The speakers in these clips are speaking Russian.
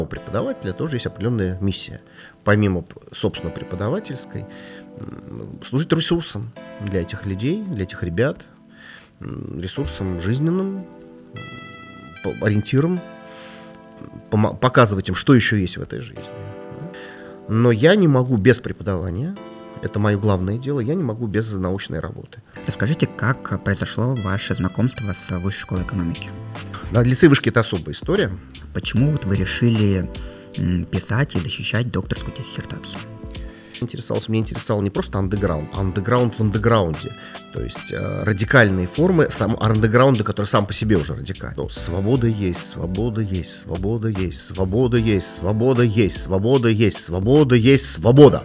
У преподавателя тоже есть определенная миссия. Помимо, собственно, преподавательской, служить ресурсом для этих людей, для этих ребят, ресурсом жизненным, ориентиром, показывать им, что еще есть в этой жизни. Но я не могу без преподавания, это мое главное дело, я не могу без научной работы. Расскажите, как произошло ваше знакомство с Высшей школой экономики? Да, лицей вышки — это особая история. Почему вы решили писать и защищать докторскую диссертацию? Меня интересовал не просто андеграунд, а андеграунд в андеграунде. То есть радикальные формы андеграунда, который сам по себе уже радикальный. Свобода есть, свобода есть, свобода есть, свобода есть, свобода есть, свобода есть, свобода есть, свобода.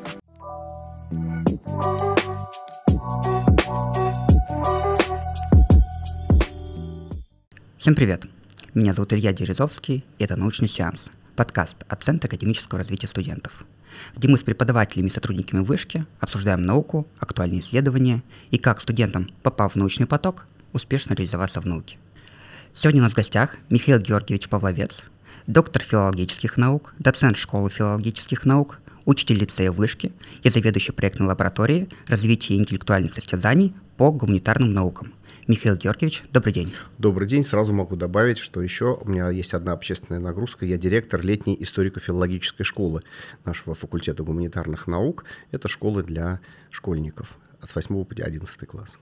Всем привет! Меня зовут Илья Дерезовский, и это «Научный сеанс», подкаст от Центра академического развития студентов, где мы с преподавателями и сотрудниками вышки обсуждаем науку, актуальные исследования и как студентам, попав в научный поток, успешно реализоваться в науке. Сегодня у нас в гостях Михаил Георгиевич Павловец, доктор филологических наук, доцент школы филологических наук, учитель лицея вышки и заведующий проектной лабораторией развития интеллектуальных состязаний по гуманитарным наукам. Михаил Георгиевич, добрый день. Добрый день. Сразу могу добавить, что еще у меня есть одна общественная нагрузка. Я директор летней историко-филологической школы нашего факультета гуманитарных наук. Это школа для школьников от 8 по 11 класс.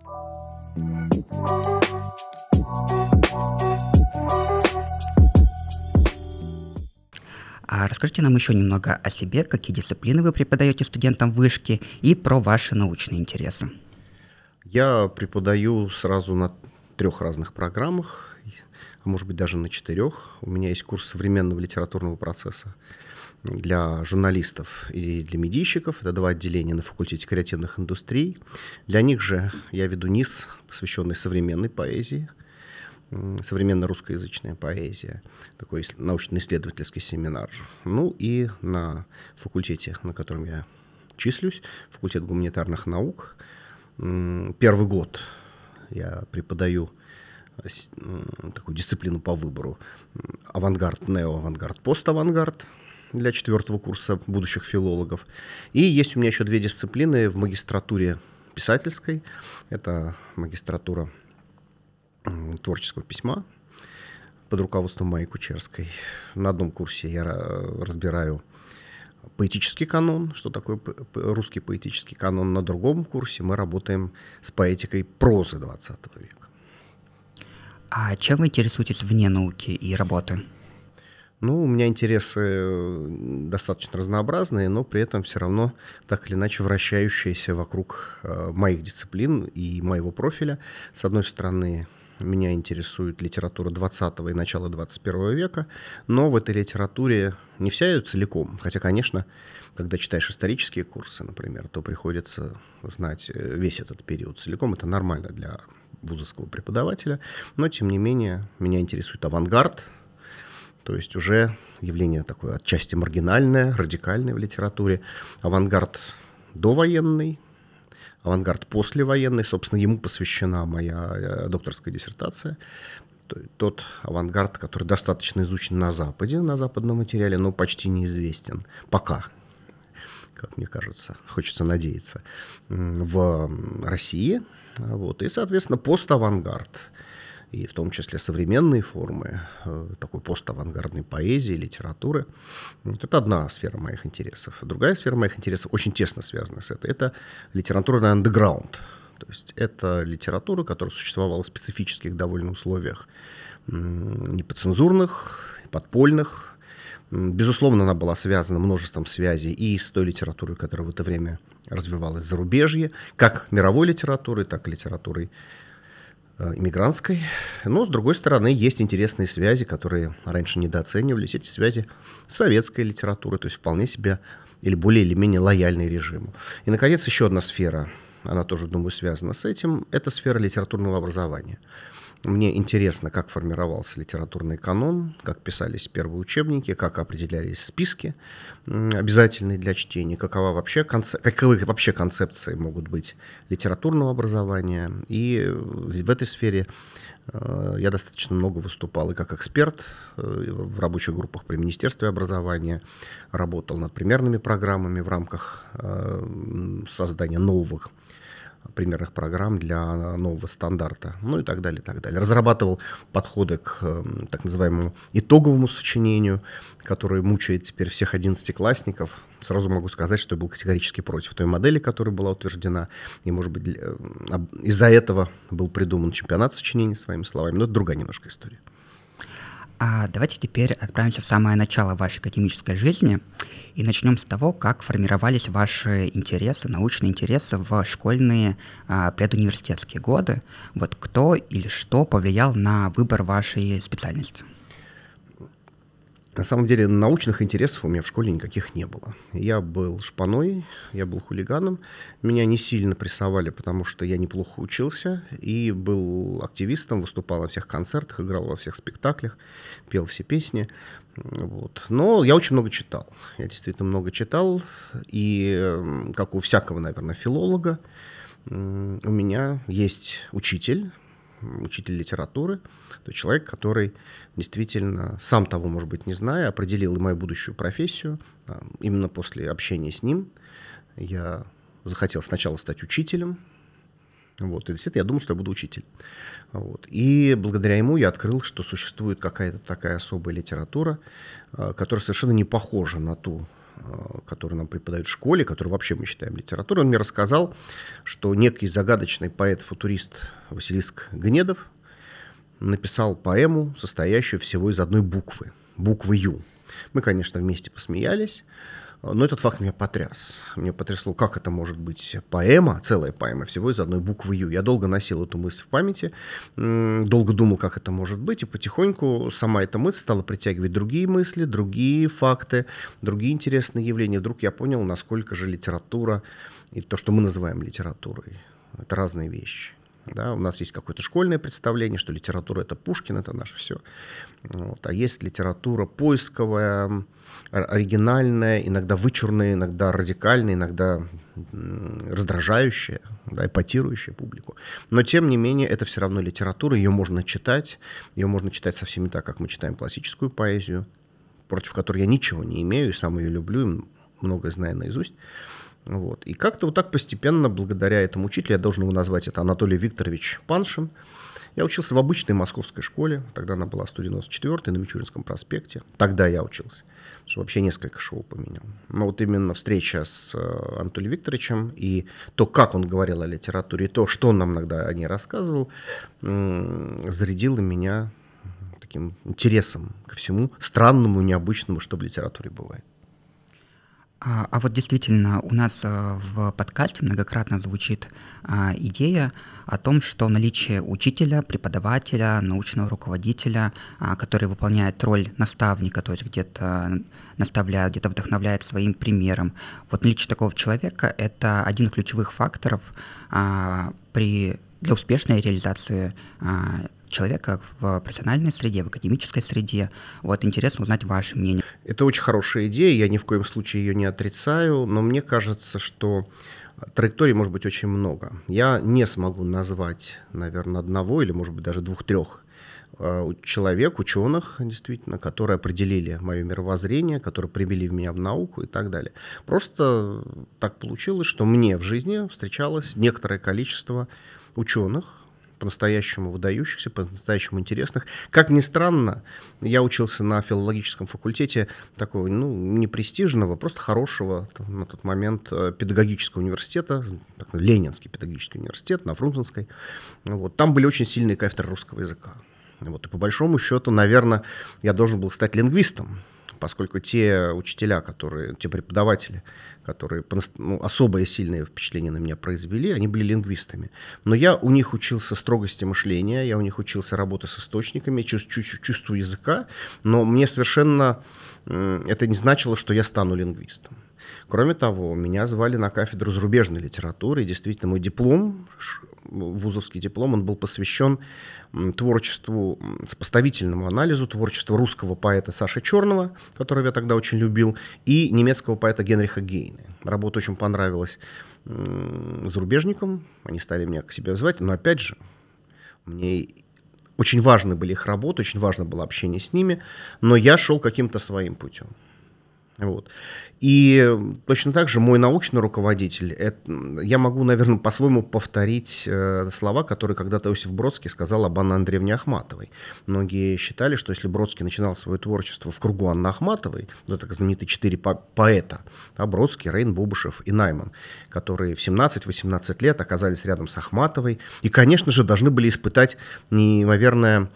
А расскажите нам еще немного о себе, какие дисциплины вы преподаете студентам вышки и про ваши научные интересы. Я преподаю сразу на 3 разных программах, а может быть даже на 4. У меня есть курс современного литературного процесса для журналистов и для медийщиков. Это 2 отделения на факультете креативных индустрий. Для них же я веду НИС, посвященный современной поэзии, современная русскоязычная поэзия, такой научно-исследовательский семинар. Ну и на факультете, на котором я числюсь, факультет гуманитарных наук, 1-й год я преподаю такую дисциплину по выбору: авангард, неоавангард, поставангард для 4-го курса будущих филологов. И есть у меня еще 2 дисциплины в магистратуре писательской. Это магистратура творческого письма под руководством Майи Кучерской. На одном курсе я разбираю поэтический канон, что такое русский поэтический канон. На другом курсе мы работаем с поэтикой прозы XX века. А чем вы интересуетесь вне науки и работы? У меня интересы достаточно разнообразные, но при этом все равно так или иначе вращающиеся вокруг моих дисциплин и моего профиля. С одной стороны, меня интересует литература 20 и начала 21 века, но в этой литературе не вся ее целиком. Хотя, конечно, когда читаешь исторические курсы, например, то приходится знать весь этот период целиком. Это нормально для вузовского преподавателя. Но, тем не менее, меня интересует авангард, то есть уже явление такое отчасти маргинальное, радикальное в литературе. Авангард довоенный, авангард послевоенный, собственно, ему посвящена моя докторская диссертация. Тот авангард, который достаточно изучен на Западе, на западном материале, но почти неизвестен пока, как мне кажется, хочется надеяться, в России. И, соответственно, поставангард, и в том числе современные формы такой поставангардной поэзии, литературы. Это одна сфера моих интересов. Другая сфера моих интересов очень тесно связана с этой. Это литература на андеграунд. То есть это литература, которая существовала в специфических довольно условиях, неподцензурных, подпольных. Безусловно, она была связана множеством связей и с той литературой, которая в это время развивалась в зарубежье, как мировой литературой, так и литературой иммигрантской. Но, с другой стороны, есть интересные связи, которые раньше недооценивались. Эти связи с советской литературой, то есть вполне себе или более или менее лояльный режиму. И, наконец, еще одна сфера, она тоже, думаю, связана с этим, это сфера литературного образования. Мне интересно, как формировался литературный канон, как писались первые учебники, как определялись списки обязательные для чтения, каковы вообще концепции могут быть литературного образования. И в этой сфере я достаточно много выступал и как эксперт в рабочих группах при Министерстве образования, работал над примерными программами в рамках создания новых примерных программ для нового стандарта, ну и так далее, и так далее. Разрабатывал подходы к так называемому итоговому сочинению, который мучает теперь всех 11-классников. Сразу могу сказать, что я был категорически против той модели, которая была утверждена, и, может быть, из-за этого был придуман чемпионат сочинений, своими словами, но это другая немножко история. Давайте теперь отправимся в самое начало вашей академической жизни и начнем с того, как формировались ваши интересы, научные интересы в школьные предуниверситетские годы. Вот кто или что повлиял на выбор вашей специальности? На самом деле научных интересов у меня в школе никаких не было. Я был шпаной, я был хулиганом. Меня не сильно прессовали, потому что я неплохо учился и был активистом, выступал на всех концертах, играл во всех спектаклях, пел все песни. Вот. Но я очень много читал. Я действительно много читал. И, как у всякого, наверное, филолога, у меня есть учитель литературы, то есть человек, который действительно, сам того, может быть, не зная, определил и мою будущую профессию. Именно после общения с ним я захотел сначала стать учителем. Вот, и действительно, я думал, что я буду учитель. Вот. И благодаря ему я открыл, что существует какая-то такая особая литература, которая совершенно не похожа на ту, которую нам преподают в школе, которую вообще мы считаем литературой. Он мне рассказал, что некий загадочный поэт-футурист Василиск Гнедов написал поэму, состоящую всего из одной буквы «Ю». Мы, конечно, вместе посмеялись, но этот факт меня потряс. Меня потрясло, как это может быть поэма, целая поэма, всего из одной буквы «Ю». Я долго носил эту мысль в памяти, долго думал, как это может быть, и потихоньку сама эта мысль стала притягивать другие мысли, другие факты, другие интересные явления. Вдруг я понял, насколько же литература и то, что мы называем литературой, это разные вещи. Да, у нас есть какое-то школьное представление, что литература — это Пушкин, это наше все. Вот. А есть литература поисковая, оригинальная, иногда вычурная, иногда радикальная, иногда раздражающая, да, эпатирующая публику. Но, тем не менее, это все равно литература, ее можно читать совсем не так, как мы читаем классическую поэзию, против которой я ничего не имею, и сам ее люблю, многое знаю наизусть. Вот. И как-то вот так постепенно, благодаря этому учителю, я должен его назвать, это Анатолий Викторович Паншин. Я учился в обычной московской школе, тогда она была 194-й на Мичуринском проспекте. Тогда я учился, потому что вообще несколько школ поменял. Но вот именно встреча с Анатолием Викторовичем и то, как он говорил о литературе, и то, что он нам иногда о ней рассказывал, зарядило меня таким интересом ко всему странному, необычному, что в литературе бывает. А вот действительно, у нас в подкасте многократно звучит идея о том, что наличие учителя, преподавателя, научного руководителя, который выполняет роль наставника, то есть где-то наставляет, где-то вдохновляет своим примером. Вот наличие такого человека – это один из ключевых факторов для успешной реализации человека в профессиональной среде, в академической среде. Вот интересно узнать ваше мнение. Это очень хорошая идея, я ни в коем случае ее не отрицаю, но мне кажется, что траекторий может быть очень много. Я не смогу назвать, наверное, одного или, может быть, даже 2-3 человек, ученых, действительно, которые определили мое мировоззрение, которые привели меня в науку и так далее. Просто так получилось, что мне в жизни встречалось некоторое количество ученых, по-настоящему выдающихся, по-настоящему интересных. Как ни странно, я учился на филологическом факультете такого, не престижного, просто хорошего на тот момент педагогического университета, Ленинский педагогический университет на Фрунзенской. Вот. Там были очень сильные кафедры русского языка. Вот. И по большому счету, наверное, я должен был стать лингвистом, поскольку те учителя, те преподаватели, которые особое сильное впечатление на меня произвели, они были лингвистами. Но я у них учился строгости мышления, я у них учился работать с источниками, чувству языка, но мне совершенно это не значило, что я стану лингвистом. Кроме того, меня звали на кафедру зарубежной литературы, и действительно мой диплом, вузовский диплом, он был посвящен творчеству, сопоставительному анализу творчества русского поэта Саши Черного, которого я тогда очень любил, и немецкого поэта Генриха Гейне. Работа очень понравилась зарубежникам, они стали меня к себе звать, но опять же, мне очень важны были их работы, очень важно было общение с ними, но я шел каким-то своим путем. Вот. И точно так же мой научный руководитель, я могу, наверное, по-своему повторить слова, которые когда-то Иосиф Бродский сказал об Анне Андреевне Ахматовой. Многие считали, что если Бродский начинал свое творчество в кругу Анны Ахматовой, это так знаменитые 4 поэта, Бродский, Рейн, Бубышев и Найман, которые в 17-18 лет оказались рядом с Ахматовой и, конечно же, должны были испытать неимоверное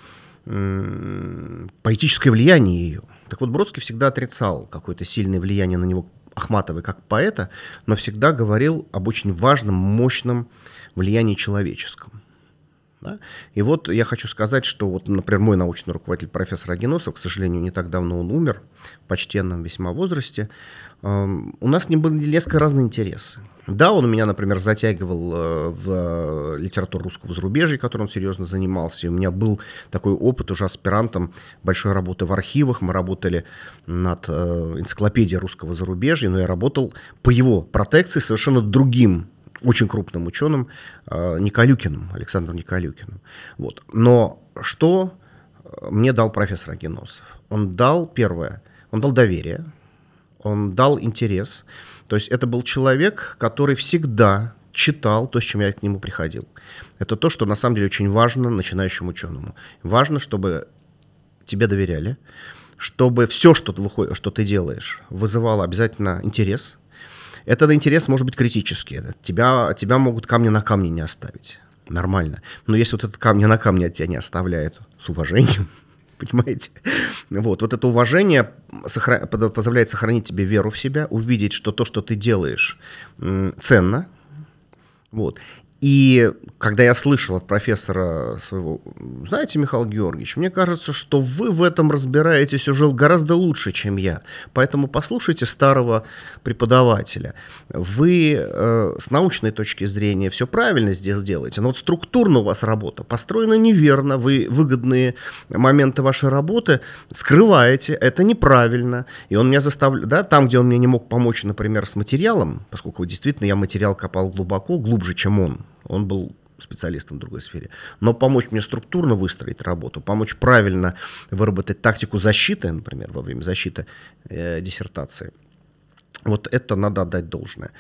поэтическое влияние ее. Так вот, Бродский всегда отрицал какое-то сильное влияние на него Ахматовой как поэта, но всегда говорил об очень важном, мощном влиянии человеческом. Да? И вот я хочу сказать, что, вот, например, мой научный руководитель профессор Агиносов, к сожалению, не так давно он умер, в почтенном весьма возрасте, у нас не были несколько разные интересы. Да, он меня, например, затягивал в литературу русского зарубежья, которым он серьезно занимался. И у меня был такой опыт уже аспирантом большой работы в архивах. Мы работали над энциклопедией русского зарубежья, но я работал по его протекции совершенно другим, очень крупным ученым Николюкиным, Александром Николюкиным. Вот. Но что мне дал профессор Агиносов? Он дал, первое, он дал доверие, он дал интерес. То есть это был человек, который всегда читал то, с чем я к нему приходил. Это то, что на самом деле очень важно начинающему ученому. Важно, чтобы тебе доверяли, чтобы все, что ты делаешь, вызывало обязательно интерес. Этот интерес может быть критический. Тебя могут камня на камне не оставить. Нормально. Но если вот этот камня на камне от тебя не оставляет с уважением, понимаете? Вот это уважение позволяет сохранить тебе веру в себя, увидеть, что то, что ты делаешь, ценно. Вот. И когда я слышал от профессора своего, знаете, Михаил Георгиевич, мне кажется, что вы в этом разбираетесь уже гораздо лучше, чем я. Поэтому послушайте старого преподавателя. Вы с научной точки зрения все правильно здесь делаете, но вот структурно у вас работа построена неверно, вы выгодные моменты вашей работы скрываете, это неправильно. И он меня заставлял, да, там, где он мне не мог помочь, например, с материалом, поскольку действительно я материал копал глубоко, глубже, чем он был специалистом в другой сфере, но помочь мне структурно выстроить работу, помочь правильно выработать тактику защиты, например, во время защиты диссертации, вот это надо отдать должное.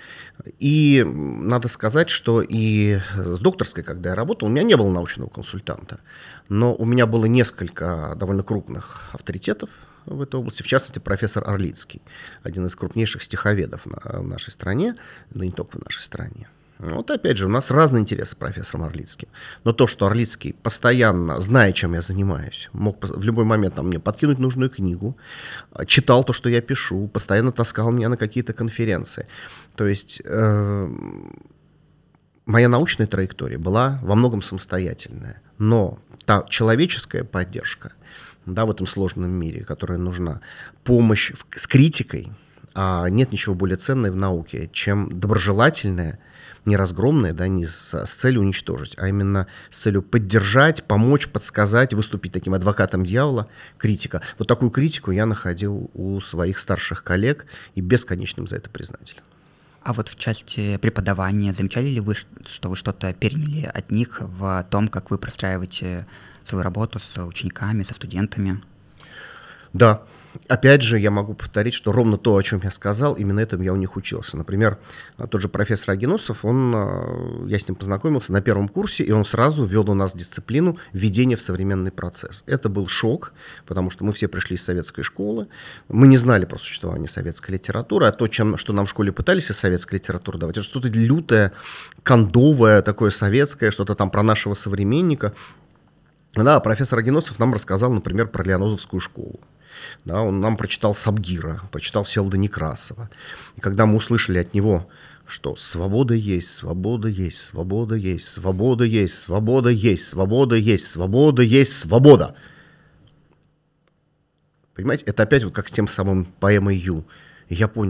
И надо сказать, что и с докторской, когда я работал, у меня не было научного консультанта, но у меня было несколько довольно крупных авторитетов в этой области, в частности, профессор Орлицкий, один из крупнейших стиховедов в нашей стране, да не только в нашей стране. Вот опять же, у нас разные интересы с профессором Орлицким. Но то, что Орлицкий постоянно, зная, чем я занимаюсь, мог в любой момент мне подкинуть нужную книгу, читал то, что я пишу, постоянно таскал меня на какие-то конференции. То есть моя научная траектория была во многом самостоятельная. Но та человеческая поддержка, да, в этом сложном мире, которая нужна, помощь с критикой, нет ничего более ценного в науке, чем доброжелательная, не разгромная, да, не с целью уничтожить, а именно с целью поддержать, помочь, подсказать, выступить таким адвокатом дьявола, критика. Вот такую критику я находил у своих старших коллег и бесконечным за это признателен. А вот в части преподавания замечали ли вы, что вы что-то переняли от них в том, как вы простраиваете свою работу с учениками, со студентами? Да. Опять же, я могу повторить, что ровно то, о чем я сказал, именно этому я у них учился. Например, тот же профессор Агиносов, я с ним познакомился на первом курсе, и он сразу ввел у нас дисциплину введения в современный процесс. Это был шок, потому что мы все пришли из советской школы, мы не знали про существование советской литературы, а то, что нам в школе пытались из советской литературы давать, это что-то лютое, кондовое, такое советское, что-то там про нашего современника. Да, профессор Агиносов нам рассказал, например, про Лианозовскую школу. Да, он нам прочитал Сабгира, прочитал Всеволода Некрасова. И когда мы услышали от него, что свобода есть, свобода есть, свобода есть, свобода есть, свобода есть, свобода есть, свобода есть, свобода. Понимаете, это опять вот как с тем самым поэмой Ю. И я понял,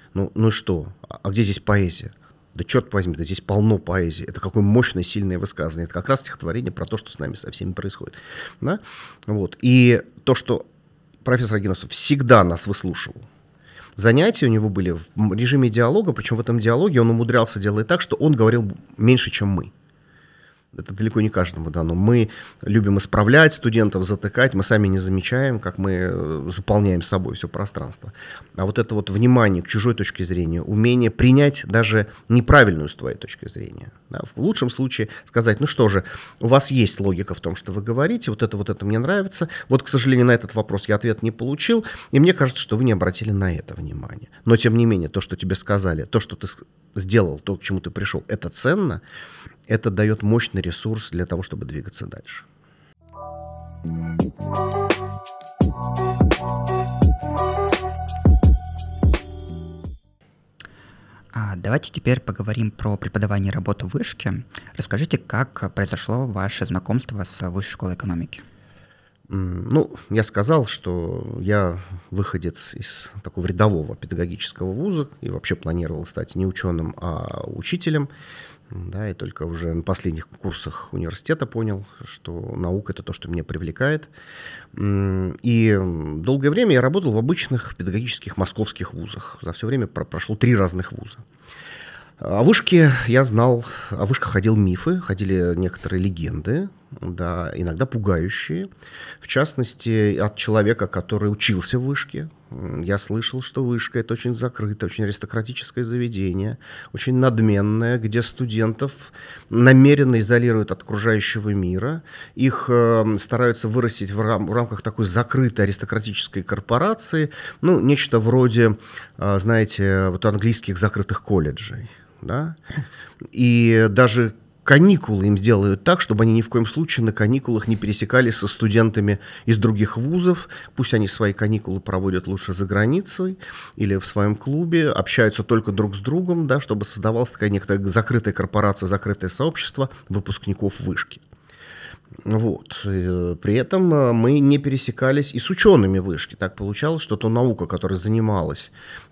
Ну и что? А где здесь поэзия? Да черт возьми, да здесь полно поэзии. Это какое мощное, сильное высказывание. Это как раз стихотворение про то, что с нами со всеми происходит. Да? Вот. И то, что профессор Агиносов всегда нас выслушивал. Занятия у него были в режиме диалога, причем в этом диалоге он умудрялся делать так, что он говорил меньше, чем мы. Это далеко не каждому дано. Мы любим исправлять студентов, затыкать, мы сами не замечаем, как мы заполняем собой все пространство. А вот это вот внимание к чужой точке зрения, умение принять даже неправильную с твоей точки зрения. Да, в лучшем случае сказать, ну что же, у вас есть логика в том, что вы говорите, вот это мне нравится. Вот, к сожалению, на этот вопрос я ответ не получил, и мне кажется, что вы не обратили на это внимание. Но, тем не менее, то, что тебе сказали, то, что ты сделал, то, к чему ты пришел, это ценно. Это дает мощный ресурс для того, чтобы двигаться дальше. Давайте теперь поговорим про преподавание и работу в вышке. Расскажите, как произошло ваше знакомство с Высшей школой экономики? Ну, я сказал, что я выходец из такого рядового педагогического вуза и вообще планировал стать не ученым, а учителем. Да, и только уже на последних курсах университета понял, что наука — это то, что меня привлекает. И долгое время я работал в обычных педагогических московских вузах. За все время прошло 3 разных вуза. О вышке я знал, о вышках ходили мифы, ходили некоторые легенды, да, иногда пугающие. В частности, от человека, который учился в вышке. Я слышал, что вышка — это очень закрытое, очень аристократическое заведение, очень надменное, где студентов намеренно изолируют от окружающего мира. Их стараются вырастить в рамках такой закрытой аристократической корпорации, ну, нечто вроде, знаете, вот английских закрытых колледжей. Да? И даже каникулы им сделают так, чтобы они ни в коем случае на каникулах не пересекались со студентами из других вузов. Пусть они свои каникулы проводят лучше за границей или в своем клубе, общаются только друг с другом, да, чтобы создавалась такая некоторая закрытая корпорация, закрытое сообщество выпускников вышки. Вот. И при этом мы не пересекались и с учеными вышки. Так получалось, что та наука, которой занимались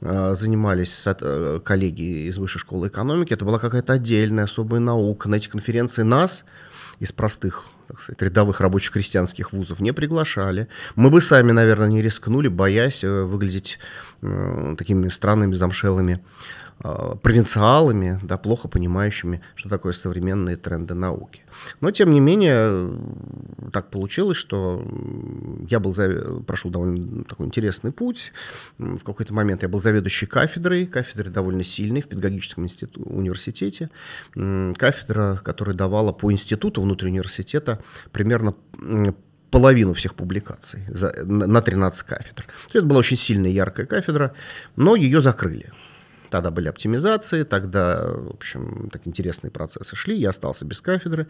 коллеги из Высшей школы экономики, это была какая-то отдельная, особая наука. На эти конференции нас из простых, так сказать, рядовых рабочих крестьянских вузов не приглашали. Мы бы сами, наверное, не рискнули, боясь выглядеть такими странными замшелыми провинциалами, да, плохо понимающими, что такое современные тренды науки. Но, тем не менее, так получилось, что я прошел довольно такой интересный путь. В какой-то момент я был заведующей кафедрой довольно сильной в педагогическом университете. Кафедра, которая давала по институту внутри университета примерно половину всех публикаций на 13 кафедр. Это была очень сильная, яркая кафедра, но ее закрыли. Тогда были оптимизации, тогда, в общем, так интересные процессы шли, я остался без кафедры,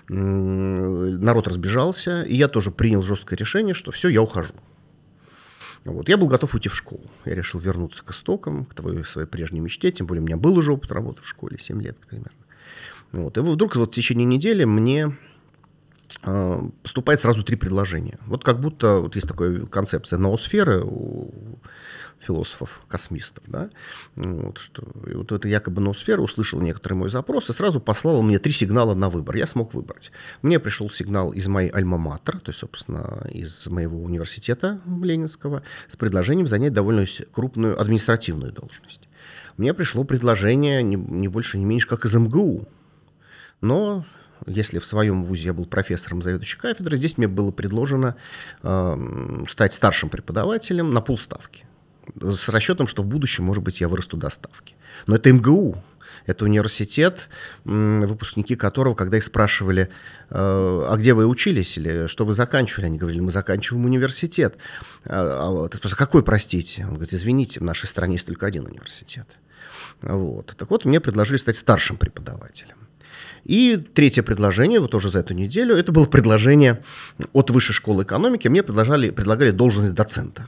народ разбежался, и я тоже принял жесткое решение, что все, я ухожу. Вот. Я был готов уйти в школу, я решил вернуться к истокам, к своей прежней мечте, тем более у меня был уже опыт работы в школе, 7 лет примерно. Вот. И вдруг вот в течение недели мне поступает сразу 3 предложения. Вот как будто вот есть такая концепция ноосферы у философов-космистов, да? Вот эта якобы ноосфера услышала некоторый мой запрос и сразу послала мне 3 сигнала на выбор. Я смог выбрать. Мне пришел сигнал из моей альма-матер, то есть, собственно, из моего университета Ленинского, с предложением занять довольно крупную административную должность. Мне пришло предложение не больше, не меньше, как из МГУ. Но если в своем вузе я был профессором заведующей кафедры, здесь мне было предложено стать старшим преподавателем на полставки. С расчетом, что в будущем, может быть, я вырасту до ставки. Но это МГУ, это университет, выпускники которого, когда их спрашивали, а где вы учились или что вы заканчивали, они говорили, мы заканчиваем университет. Ты спрашиваешь, какой, простите? Он говорит, извините, в нашей стране есть только один университет. Вот. Так вот, мне предложили стать старшим преподавателем. И 3-е предложение, вот тоже за эту неделю, это было предложение от Высшей школы экономики. Мне предлагали должность доцента.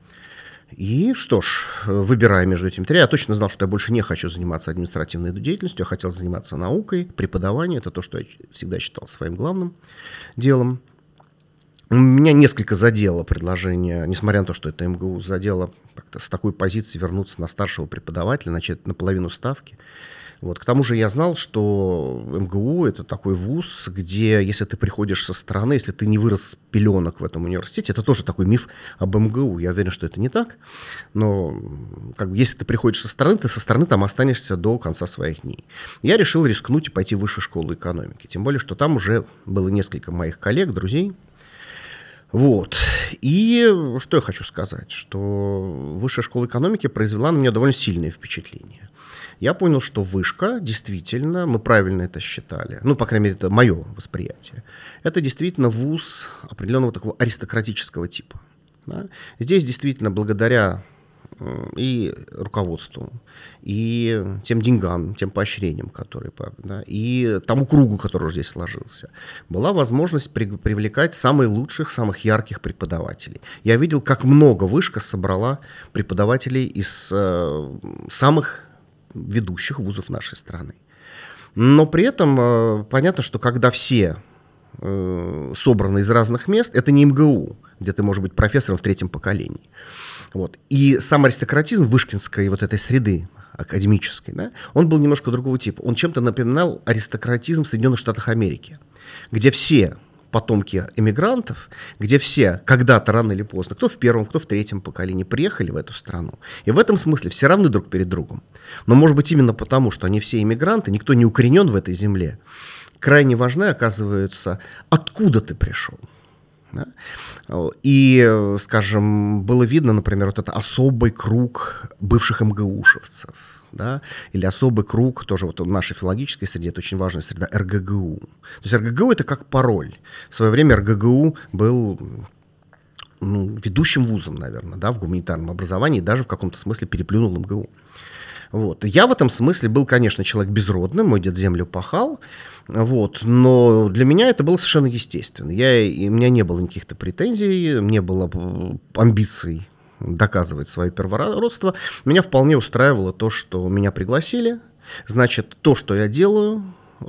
И что ж, выбирая между этими 3, я точно знал, что я больше не хочу заниматься административной деятельностью, я хотел заниматься наукой, преподаванием, это то, что я всегда считал своим главным делом. Меня несколько задело предложение, несмотря на то, что это МГУ, задело как-то с такой позиции вернуться на старшего преподавателя, начать на половину ставки. Вот. К тому же я знал, что МГУ — это такой вуз, где, если ты приходишь со стороны, если ты не вырос с пеленок в этом университете, это тоже такой миф об МГУ. Я уверен, что это не так, но как бы, если ты приходишь со стороны, ты со стороны там останешься до конца своих дней. Я решил рискнуть и пойти в Высшую школу экономики, тем более, что там уже было несколько моих коллег, друзей. Вот. И что я хочу сказать, что Высшая школа экономики произвела на меня довольно сильное впечатление. Я понял, что вышка, действительно, мы правильно это считали, ну, по крайней мере, это мое восприятие, это действительно вуз определенного такого аристократического типа. Да? Здесь действительно благодаря и руководству, и тем деньгам, тем поощрениям, которые, да, и тому кругу, который здесь сложился, была возможность привлекать самых лучших, самых ярких преподавателей. Я видел, как много вышка собрала преподавателей из самых ведущих вузов нашей страны. Но при этом понятно, что когда все собраны из разных мест, это не МГУ, где ты можешь быть профессором в третьем поколении. Вот. И сам аристократизм вышкинской вот этой среды академической, да, он был немножко другого типа. Он чем-то напоминал аристократизм в Соединенных Штатах Америки, где все потомки эмигрантов, где все когда-то рано или поздно, кто в первом, кто в третьем поколении, приехали в эту страну. И в этом смысле все равны друг перед другом. Но, может быть, именно потому, что они все эмигранты, никто не укоренен в этой земле, крайне важны, оказывается, откуда ты пришел. Да? И, скажем, было видно, например, вот это особый круг бывших МГУшевцев, да? Или особый круг, тоже вот в нашей филологической среде, это очень важная среда, РГГУ. То есть РГГУ — это как пароль. В свое время РГГУ был ведущим вузом, наверное, да, в гуманитарном образовании, даже в каком-то смысле переплюнул МГУ. Вот. Я в этом смысле был, конечно, человек безродным, мой дед землю пахал, вот, но для меня это было совершенно естественно. У меня не было никаких-то претензий, не было амбиций доказывать свое первородство. Меня вполне устраивало то, что меня пригласили. Значит, то, что я делаю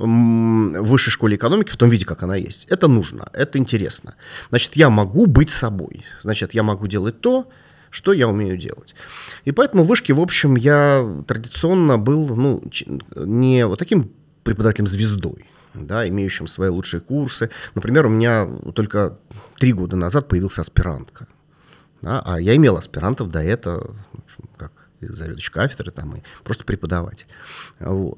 в Высшей школе экономики в том виде, как она есть, это нужно, это интересно. Значит, я могу быть собой. Значит, я могу делать то, что я умею делать. И поэтому в вышке, в общем, я традиционно был не вот таким преподавателем-звездой, да, имеющим свои лучшие курсы. Например, у меня только 3 года назад появился аспирантка. Да, а я имел аспирантов до этого, как заведующий кафедры там, и просто преподаватель. Вот.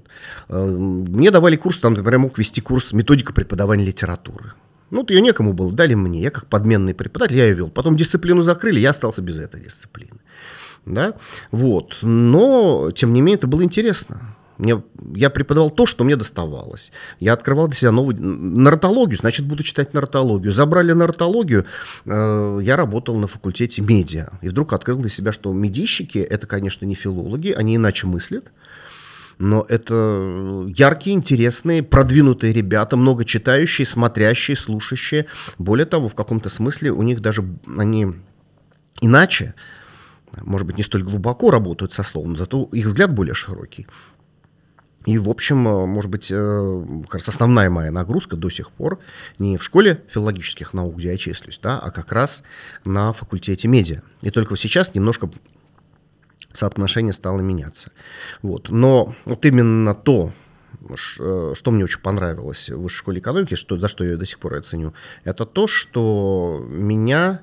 Мне давали курс, там, например, я мог вести курс «Методика преподавания литературы». Ну, ее некому было, дали мне. Я как подменный преподаватель, я ее вел. Потом дисциплину закрыли, я остался без этой дисциплины. Да? Вот. Но, тем не менее, это было интересно. Я преподавал то, что мне доставалось. Я открывал для себя новую нарратологию, значит, буду читать нарратологию. Забрали нарратологию, я работал на факультете медиа. И вдруг открыл для себя, что медийщики — это, конечно, не филологи, они иначе мыслят. Но это яркие, интересные, продвинутые ребята, много читающие, смотрящие, слушающие. Более того, в каком-то смысле у них даже они иначе, может быть, не столь глубоко работают со словом, зато их взгляд более широкий. И, в общем, может быть, как раз основная моя нагрузка до сих пор не в школе филологических наук, где я числюсь, да, а как раз на факультете медиа. И только сейчас немножко соотношение стало меняться. Вот. Но вот именно то, что мне очень понравилось в Высшей школе экономики, за что я до сих пор ценю, это то, что меня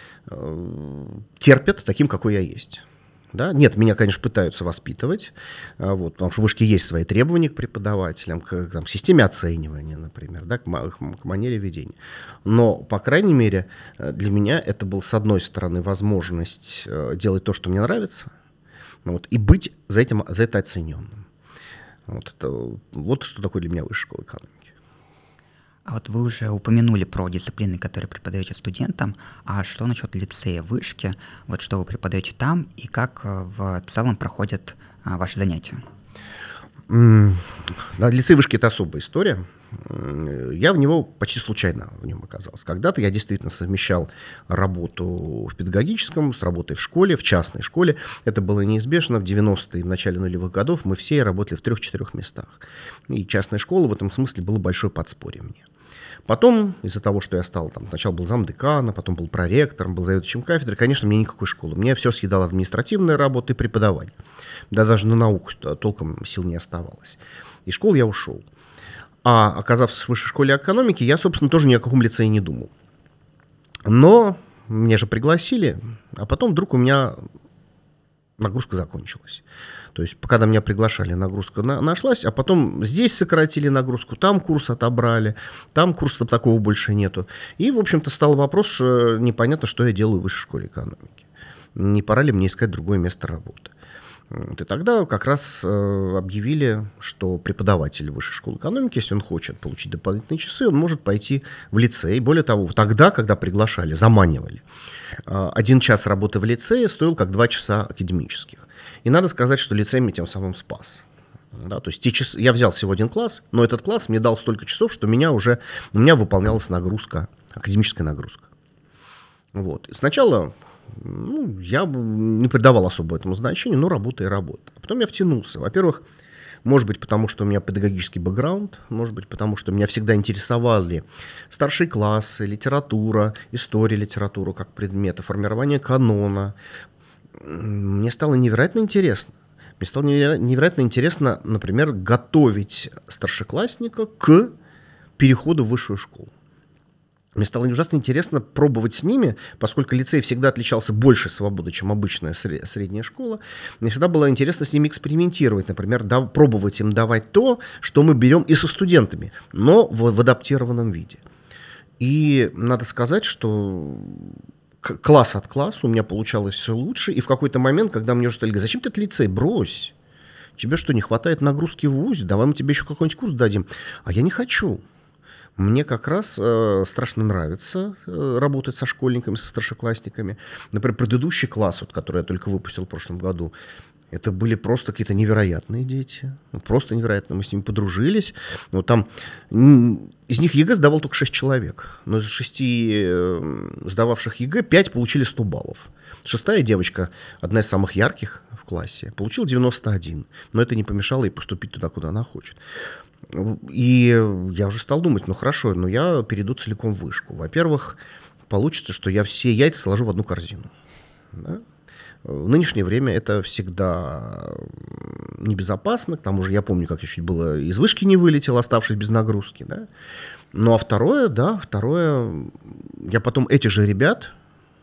терпят таким, какой я есть. Да? Нет, меня, конечно, пытаются воспитывать, вот, потому что в вышке есть свои требования к преподавателям, к системе оценивания, например, да, к манере ведения. Но, по крайней мере, для меня это был, с одной стороны, возможность делать то, что мне нравится, вот, и быть за это оцененным. Вот что такое для меня Высшая школа экономики. А вот вы уже упомянули про дисциплины, которые преподаете студентам. А что насчет лицея, вышки? Вот что вы преподаете там и как в целом проходят ваши занятия? Да, лицей, вышки — это особая история. я в него почти случайно в нем оказался. Когда-то я действительно совмещал работу в педагогическом с работой в школе, в частной школе. Это было неизбежно. В 90-е и в начале нулевых годов мы все работали в 3-4 местах. И частная школа в этом смысле было большое подспорье мне. Потом, из-за того, что я стал, сначала был замдекана, потом был проректором, был заведующим кафедрой, конечно, мне никакой школы. Мне все съедало административная работа и преподавание. Да даже на науку толком сил не оставалось. Из школы я ушел. А оказавшись в высшей школе экономики, я, собственно, тоже ни о каком лицее не думал. Но меня же пригласили, а потом вдруг у меня нагрузка закончилась. То есть, когда меня приглашали, нагрузка нашлась, а потом здесь сократили нагрузку, там курс отобрали, там курса такого больше нету. И, в общем-то, стал вопрос, что непонятно, что я делаю в высшей школе экономики. Не пора ли мне искать другое место работы? И тогда как раз объявили, что преподаватель высшей школы экономики, если он хочет получить дополнительные часы, он может пойти в лицей. Более того, тогда, когда приглашали, заманивали, 1 час работы в лицее стоил как 2 часа академических. И надо сказать, что лицей меня тем самым спас. Да, то есть я взял всего 1 класс, но этот класс мне дал столько часов, что у меня выполнялась нагрузка, академическая нагрузка. Вот. И сначала я не придавал особо этому значения, но работа и работа. А потом я втянулся. Во-первых, может быть, потому что у меня педагогический бэкграунд, может быть, потому что меня всегда интересовали старшие классы, литература, история литературы как предмета, формирование канона. Мне стало невероятно интересно. Мне стало невероятно интересно, например, готовить старшеклассника к переходу в высшую школу. Мне стало ужасно интересно пробовать с ними, поскольку лицей всегда отличался большей свободой, чем обычная средняя школа. Мне всегда было интересно с ними экспериментировать, например, пробовать им давать то, что мы берем и со студентами, но в адаптированном виде. И надо сказать, что класс от класса у меня получалось все лучше, и в какой-то момент, когда мне уже стали говорить: зачем ты этот лицей, брось, тебе что, не хватает нагрузки в ВУЗе, давай мы тебе еще какой-нибудь курс дадим. А я не хочу. Мне как раз страшно нравится работать со школьниками, со старшеклассниками. Например, предыдущий класс, который я только выпустил в прошлом году, это были просто какие-то невероятные дети. Просто невероятно. Мы с ними подружились. Там из них ЕГЭ сдавал только 6 человек. Но из 6 сдававших ЕГЭ 5 получили 100 баллов. 6-я девочка, одна из самых ярких в классе, получила 91. Но это не помешало ей поступить туда, куда она хочет. И я уже стал думать, хорошо, но я перейду целиком в вышку. Во-первых, получится, что я все яйца сложу в одну корзину. Да? В нынешнее время это всегда небезопасно. К тому же я помню, как я чуть было из вышки не вылетел, оставшись без нагрузки. Да? Ну а второе, я потом этих же ребят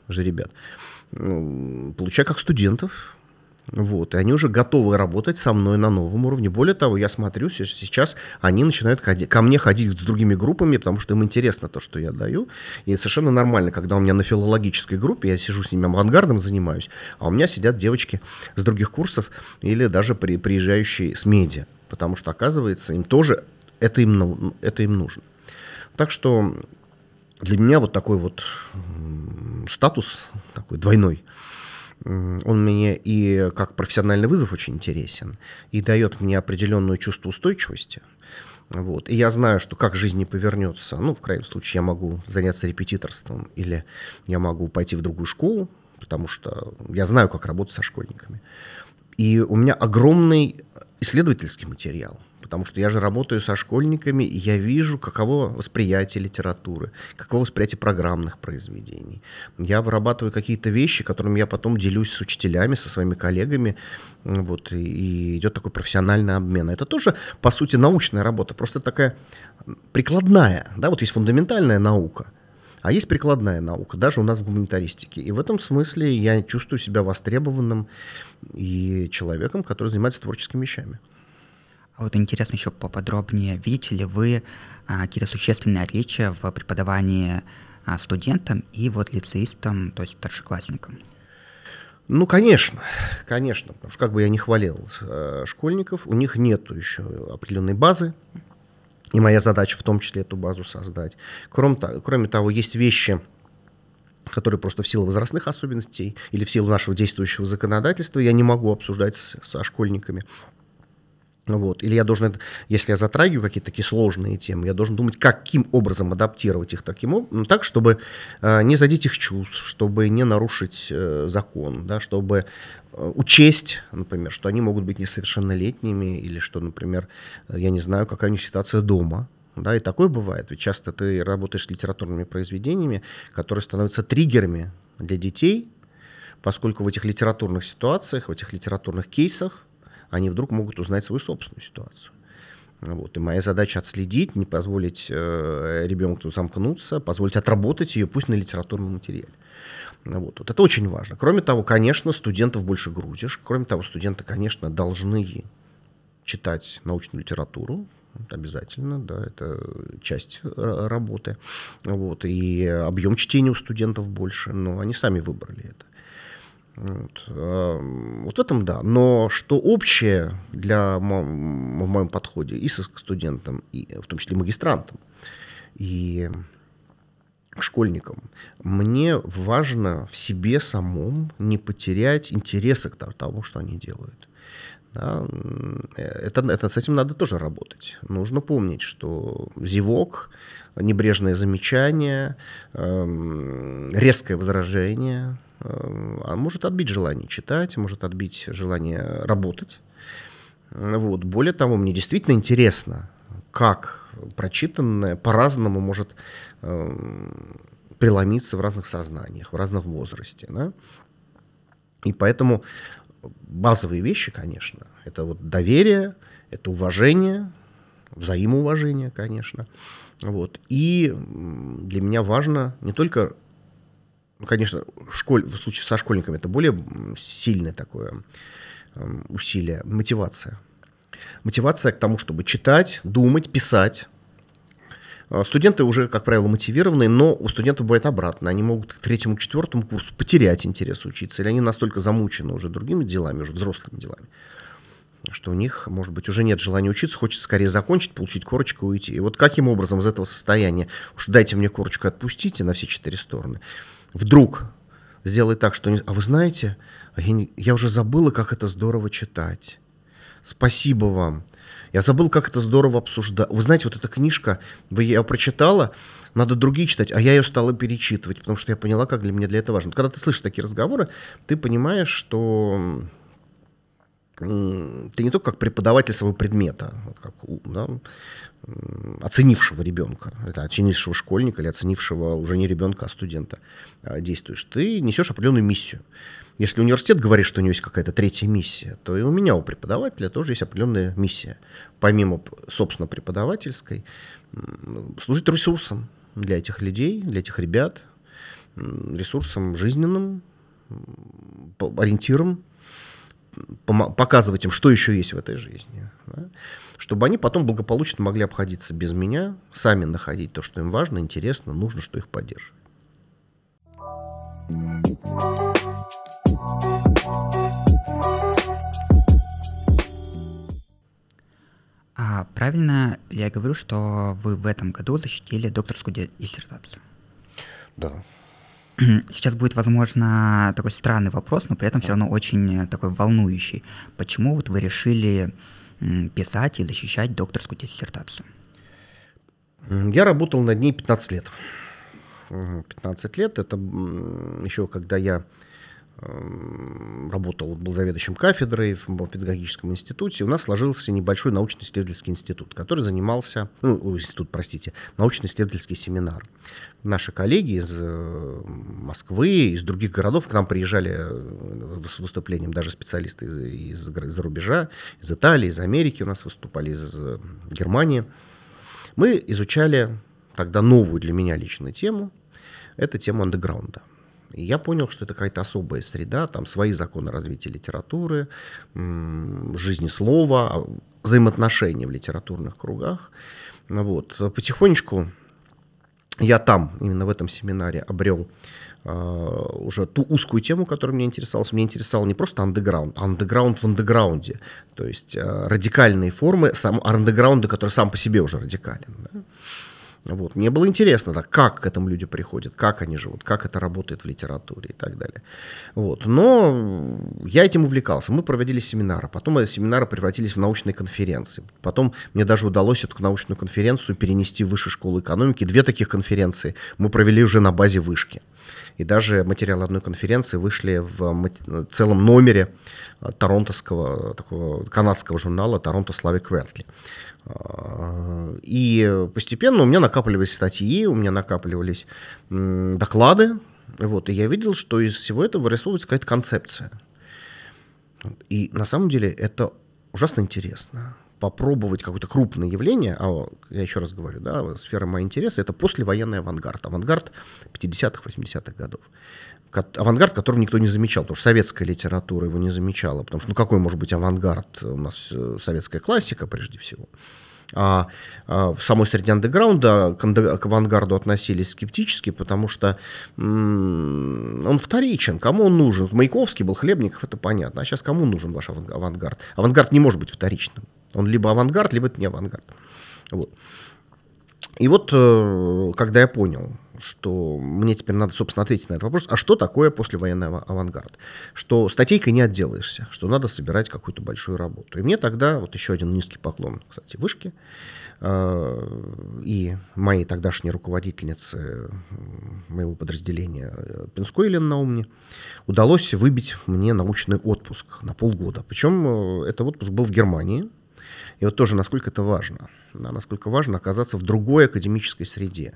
получаю как студентов. Вот, и они уже готовы работать со мной на новом уровне. Более того, я смотрю, сейчас они начинают ко мне ходить с другими группами, потому что им интересно то, что я даю. И совершенно нормально, когда у меня на филологической группе, я сижу с ними авангардом занимаюсь, а у меня сидят девочки с других курсов или даже приезжающие с медиа. Потому что, оказывается, им тоже это им нужно. Так что для меня вот такой вот статус, такой двойной, он мне и как профессиональный вызов очень интересен, и дает мне определенное чувство устойчивости. Вот. И я знаю, что как жизнь не повернется, в крайнем случае я могу заняться репетиторством или я могу пойти в другую школу, потому что я знаю, как работать со школьниками. И у меня огромный исследовательский материал, потому что я же работаю со школьниками, и я вижу, каково восприятие литературы, каково восприятие программных произведений. Я вырабатываю какие-то вещи, которыми я потом делюсь с учителями, со своими коллегами, вот, и идет такой профессиональный обмен. Это тоже, по сути, научная работа, просто такая прикладная. Да? Вот есть фундаментальная наука, а есть прикладная наука, даже у нас в гуманитаристике. И в этом смысле я чувствую себя востребованным и человеком, который занимается творческими вещами. А вот интересно еще поподробнее, видите ли вы какие-то существенные отличия в преподавании студентам и лицеистам, то есть старшеклассникам? Конечно, потому что как бы я ни хвалил школьников, у них нет еще определенной базы, и моя задача в том числе эту базу создать. Кроме того, есть вещи, которые просто в силу возрастных особенностей или в силу нашего действующего законодательства я не могу обсуждать со школьниками. Вот. Или я должен, если я затрагиваю какие-то такие сложные темы, я должен думать, каким образом адаптировать их так, чтобы не задеть их чувств, чтобы не нарушить закон, да, чтобы учесть, например, что они могут быть несовершеннолетними, или что, например, я не знаю, какая у них ситуация дома. Да, и такое бывает. Ведь часто ты работаешь с литературными произведениями, которые становятся триггерами для детей, поскольку в этих литературных ситуациях, в этих литературных кейсах они вдруг могут узнать свою собственную ситуацию. Вот. И моя задача отследить, не позволить ребенку замкнуться, позволить отработать ее, пусть на литературном материале. Вот. Вот это очень важно. Кроме того, конечно, студентов больше грузишь. Кроме того, студенты, конечно, должны читать научную литературу. Обязательно, да, это часть работы. Вот. И объем чтения у студентов больше, но они сами выбрали это. Вот в этом да. Но что общее в моем подходе и к студентам, и в том числе и магистрантам, и к школьникам, мне важно в себе самом не потерять интереса к тому, что они делают. Да, с этим надо тоже работать. Нужно помнить, что зевок, небрежное замечание, резкое возражение может отбить желание читать, может отбить желание работать. Вот. Более того, мне действительно интересно, как прочитанное по-разному может преломиться в разных сознаниях, в разном возрасте. Да? И поэтому базовые вещи, конечно, это вот доверие, это уважение, взаимоуважение, конечно. Вот. И для меня важно не только, конечно, в случае со школьниками это более сильное такое усилие, мотивация. Мотивация к тому, чтобы читать, думать, писать. Студенты уже, как правило, мотивированы, но у студентов бывает обратно. Они могут к 3-му, 4-му курсу потерять интерес учиться, или они настолько замучены уже другими делами, уже взрослыми делами, что у них, может быть, уже нет желания учиться, хочется скорее закончить, получить корочку и уйти. И вот каким образом из этого состояния, уж дайте мне корочку, отпустите на все 4 стороны, вдруг сделать так, что... А вы знаете, я уже забыла, как это здорово читать. Спасибо вам. Я забыл, как это здорово обсуждать. Вы знаете, вот эта книжка, я ее прочитала, надо другие читать, а я ее стала перечитывать, потому что я поняла, как мне для этого важно. Когда ты слышишь такие разговоры, ты понимаешь, что ты не только как преподаватель своего предмета, как, да, оценившего ребенка, это оценившего школьника или оценившего уже не ребенка, а студента действуешь. Ты несешь определенную миссию. Если университет говорит, что у него есть какая-то 3-я миссия, то и у меня, у преподавателя, тоже есть определенная миссия. Помимо, собственно, преподавательской, служить ресурсом для этих людей, для этих ребят, ресурсом жизненным, ориентиром, показывать им, что еще есть в этой жизни. Да? Чтобы они потом благополучно могли обходиться без меня, сами находить то, что им важно, интересно, нужно, что их поддерживает. А правильно ли я говорю, что вы в этом году защитили докторскую диссертацию? Да. Сейчас будет, возможно, такой странный вопрос, но при этом все равно очень такой волнующий. Почему вот вы решили писать и защищать докторскую диссертацию? Я работал над ней 15 лет. 15 лет, это еще когда я работал, был заведующим кафедрой в педагогическом институте, у нас сложился небольшой научно-исследовательский институт, который занимался, научно-исследовательский семинар. Наши коллеги из Москвы, из других городов к нам приезжали с выступлением, даже специалисты из-за рубежа, из Италии, из Америки у нас выступали, из Германии. Мы изучали тогда новую для меня личную тему, это тема андеграунда. И я понял, что это какая-то особая среда, там свои законы развития литературы, жизни слова, взаимоотношения в литературных кругах. Вот. Потихонечку я там, именно в этом семинаре, обрел уже ту узкую тему, которая меня интересовала. Меня интересовал не просто андеграунд, а андеграунд в андеграунде. То есть радикальные формы андеграунда, который сам по себе уже радикален. Да? Вот. Мне было интересно, так, как к этому люди приходят, как они живут, как это работает в литературе и так далее. Вот. Но я этим увлекался. Мы проводили семинары. Потом эти семинары превратились в научные конференции. Потом мне даже удалось эту научную конференцию перенести в Высшую школу экономики. 2 таких конференции мы провели уже на базе вышки. И даже материалы одной конференции вышли в целом номере торонтовского, такого канадского журнала «Торонто Slavic Quarterly». И постепенно у меня накапливались статьи, у меня накапливались доклады, вот, и я видел, что из всего этого вырисовывается какая-то концепция. И на самом деле это ужасно интересно. Попробовать какое-то крупное явление, а я еще раз говорю, да, сфера моего интереса — это послевоенный авангард. Авангард 50-х, 80-х годов. Авангард, которого никто не замечал, потому что советская литература его не замечала, потому что, ну, какой может быть авангард? У нас советская классика, прежде всего. А в самой среде андеграунда к авангарду относились скептически, потому что он вторичен. Кому он нужен? Маяковский был, Хлебников, это понятно. А сейчас кому нужен ваш авангард? Авангард не может быть вторичным. Он либо авангард, либо это не авангард. Вот. И вот, когда я понял, что мне теперь надо, собственно, ответить на этот вопрос, а что такое послевоенный авангард? Что статейкой не отделаешься, что надо собирать какую-то большую работу. И мне тогда, вот еще один низкий поклон, кстати, вышке, и моей тогдашней руководительнице моего подразделения Пинской Елене Наумовне удалось выбить мне научный отпуск на полгода. Причем этот отпуск был в Германии. И вот тоже, насколько это важно. Да, насколько важно оказаться в другой академической среде.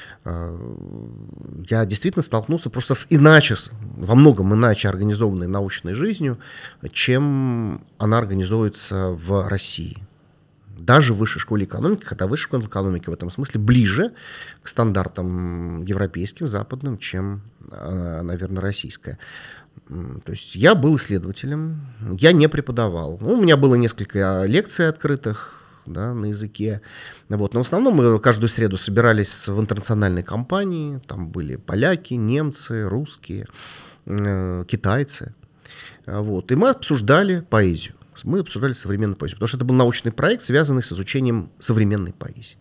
Я действительно столкнулся просто с во многом иначе организованной научной жизнью, чем она организуется в России. Даже в Высшей школе экономики, хотя Высшая школа экономики в этом смысле ближе к стандартам европейским, западным, чем, наверное, российская. То есть я был исследователем, я не преподавал. Ну, у меня было несколько лекций открытых, да, на языке. Вот. Но в основном мы каждую среду собирались в интернациональной компании. Там были поляки, немцы, русские, китайцы. Вот. И мы обсуждали поэзию. Мы обсуждали современную поэзию, потому что это был научный проект, связанный с изучением современной поэзии.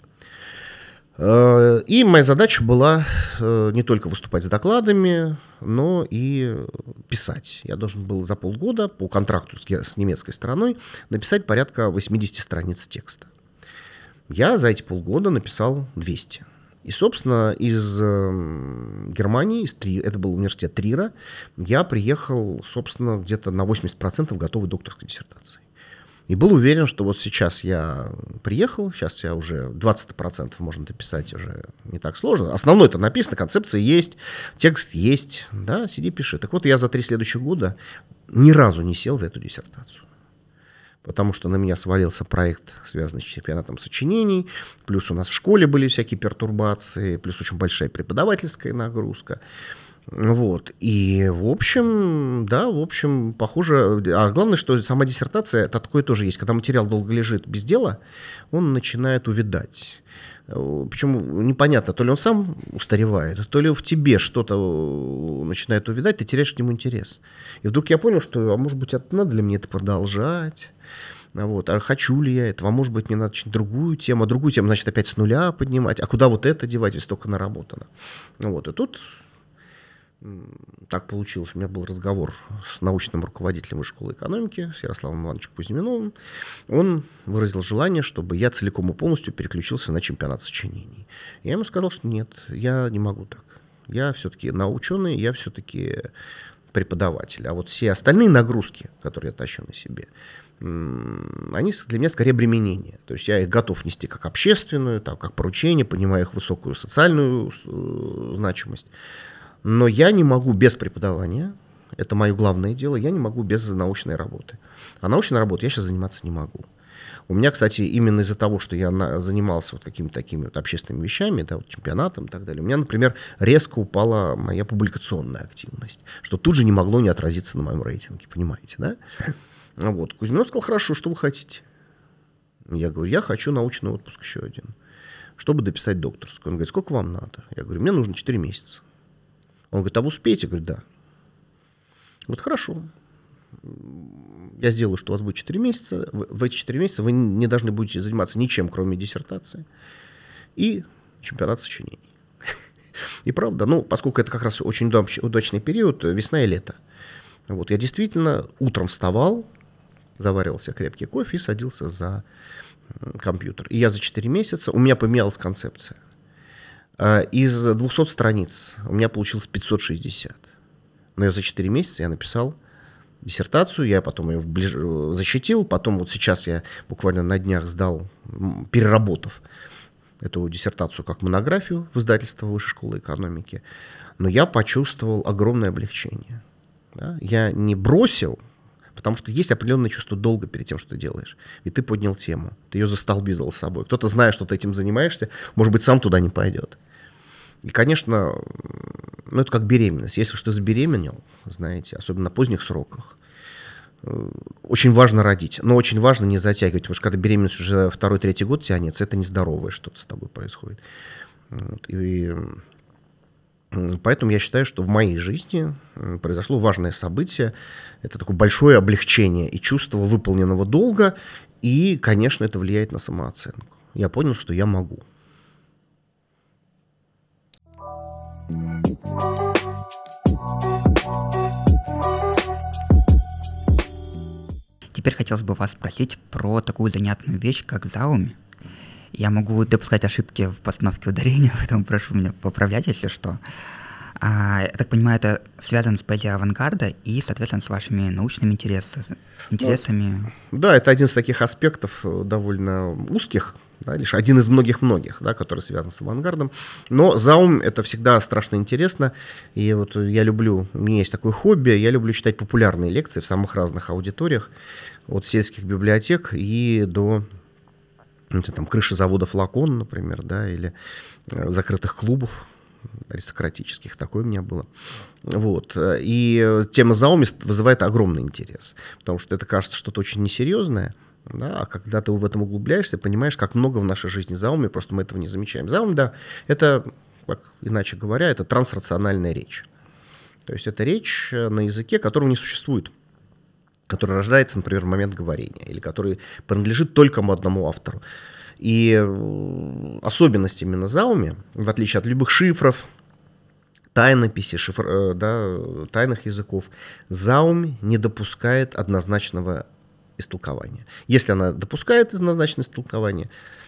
И моя задача была не только выступать с докладами, но и писать. Я должен был за полгода по контракту с немецкой стороной написать порядка 80 страниц текста. Я за эти полгода написал 200. И, собственно, из Германии, это был университет Трира, я приехал, собственно, где-то на 80% готовой докторской диссертации. И был уверен, что вот сейчас я приехал, сейчас я уже 20% можно дописать, уже не так сложно. Основное это написано, концепция есть, текст есть, да, сиди, пиши. Так вот, я за 3 следующих года ни разу не сел за эту диссертацию. Потому что на меня свалился проект, связанный с чемпионатом сочинений, плюс у нас в школе были всякие пертурбации, плюс очень большая преподавательская нагрузка. Вот. И, в общем, да, в общем, похоже... А главное, что сама диссертация, это такое тоже есть. Когда материал долго лежит без дела, он начинает увядать. Причем непонятно, то ли он сам устаревает, то ли в тебе что-то начинает увядать, ты теряешь к нему интерес. И вдруг я понял, что, а может быть, надо ли мне это продолжать? Вот. А хочу ли я этого? А может быть, мне надо что-нибудь другую тему, значит, опять с нуля поднимать. А куда вот это девать, если только наработано? Вот. И тут... Так получилось. У меня был разговор с научным руководителем Высшей школы экономики, с Ярославом Ивановичем Кузьминовым. Он выразил желание, чтобы я целиком и полностью переключился на чемпионат сочинений. Я ему сказал, что нет, я не могу так. Я все-таки наученый, я все-таки преподаватель. А вот все остальные нагрузки, которые я тащу на себе, они для меня скорее обременение. То есть я их готов нести как общественную, так, как поручение, понимая их высокую социальную значимость. Но я не могу без преподавания, это мое главное дело, я не могу без научной работы. А научной работой я сейчас заниматься не могу. У меня, кстати, именно из-за того, что я занимался вот какими-то такими вот общественными вещами, да, вот чемпионатом и так далее, у меня, например, резко упала моя публикационная активность, что тут же не могло не отразиться на моем рейтинге, понимаете, да? Вот. Кузьминов сказал, хорошо, что вы хотите? Я говорю, я хочу научный отпуск еще один, чтобы дописать докторскую. Он говорит, сколько вам надо? Я говорю, мне нужно 4 месяца. Он говорит, а вы успеете? Я говорю, да. Вот хорошо. Я сделаю, что у вас будет 4 месяца. В эти 4 месяца вы не должны будете заниматься ничем, кроме диссертации. И чемпионат сочинений. И правда, поскольку это как раз очень удачный период, весна и лето. Вот, я действительно утром вставал, заваривал себе крепкий кофе и садился за компьютер. И я за 4 месяца, у меня поменялась концепция. Из 200 страниц у меня получилось 560. Но я за 4 месяца написал диссертацию, я потом ее защитил, потом вот сейчас я буквально на днях сдал, переработав эту диссертацию как монографию в издательство Высшей школы экономики. Но я почувствовал огромное облегчение. Да? Я не бросил, потому что есть определенное чувство долга перед тем, что ты делаешь. И ты поднял тему, ты ее застолбизал с собой. Кто-то, зная, что ты этим занимаешься, может быть, сам туда не пойдет. И, конечно, это как беременность. Если уж ты забеременел, знаете, особенно на поздних сроках, очень важно родить, но очень важно не затягивать, потому что когда беременность уже 2-3 год тянется, это нездоровое что-то с тобой происходит. И поэтому я считаю, что в моей жизни произошло важное событие. Это такое большое облегчение и чувство выполненного долга, и, конечно, это влияет на самооценку. Я понял, что я могу. Теперь хотелось бы вас спросить про такую занятную вещь, как зауми. Я могу допускать ошибки в постановке ударения, поэтому прошу меня поправлять, если что. Я так понимаю, это связано с поэзией авангарда и, соответственно, с вашими научными интересами. Да, это один из таких аспектов довольно узких, да, лишь один из многих-многих, да, который связан с авангардом. Но заум — это всегда страшно интересно. И вот я люблю, у меня есть такое хобби, я люблю читать популярные лекции в самых разных аудиториях, от сельских библиотек и до там, крыши заводов «Лакон», например, да, или закрытых клубов аристократических. Такое у меня было. Вот. И тема зауми вызывает огромный интерес, потому что это кажется что-то очень несерьезное, да, а когда ты в этом углубляешься, понимаешь, как много в нашей жизни зауми, просто мы этого не замечаем. Заум, да, это, как иначе говоря, это трансрациональная речь. То есть это речь на языке, которого не существует, который рождается, например, в момент говорения, или который принадлежит только одному автору. И особенность именно зауми, в отличие от любых шифров, тайнописи, тайных языков, заум не допускает однозначного истолкования. Если она допускает однозначное истолкование,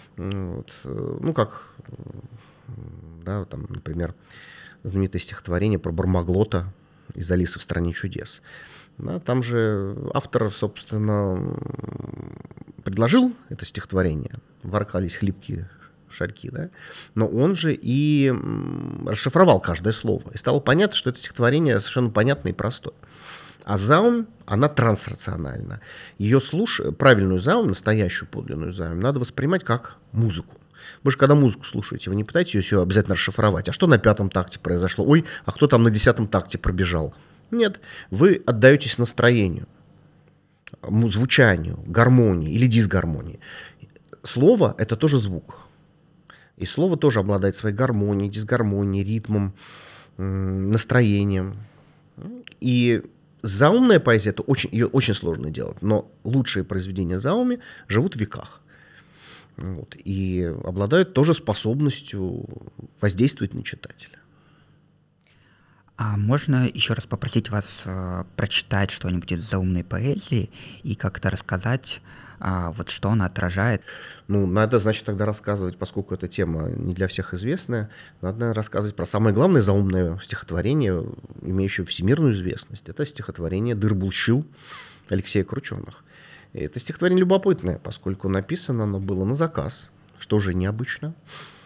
как, да, там, например, знаменитое стихотворение про Бармаглота из «Алисы в стране чудес». Да, там же автор, собственно, предложил это стихотворение, воркались хлипкие шальки, да, но он же и расшифровал каждое слово. И стало понятно, что это стихотворение совершенно понятное и простое. А заум, она трансрациональна. Ее правильную заум, настоящую подлинную заум, надо воспринимать как музыку. Вы же когда музыку слушаете, вы не пытаетесь ее все обязательно расшифровать. А что на 5-м такте произошло? Ой, а кто там на 10-м такте пробежал? Нет, вы отдаетесь настроению, звучанию, гармонии или дисгармонии. Слово — это тоже звук. И слово тоже обладает своей гармонией, дисгармонией, ритмом, настроением. И заумная поэзия — ее очень сложно делать, но лучшие произведения зауми живут в веках. Вот, и обладают тоже способностью воздействовать на читателя. А можно еще раз попросить вас прочитать что-нибудь из заумной поэзии и как-то рассказать, вот что она отражает? Надо, значит, тогда рассказывать, поскольку эта тема не для всех известная, надо рассказывать про самое главное заумное стихотворение, имеющее всемирную известность. Это стихотворение «Дыр-булщил» Алексея Крученых. И это стихотворение любопытное, поскольку написано оно было на заказ, что уже необычно.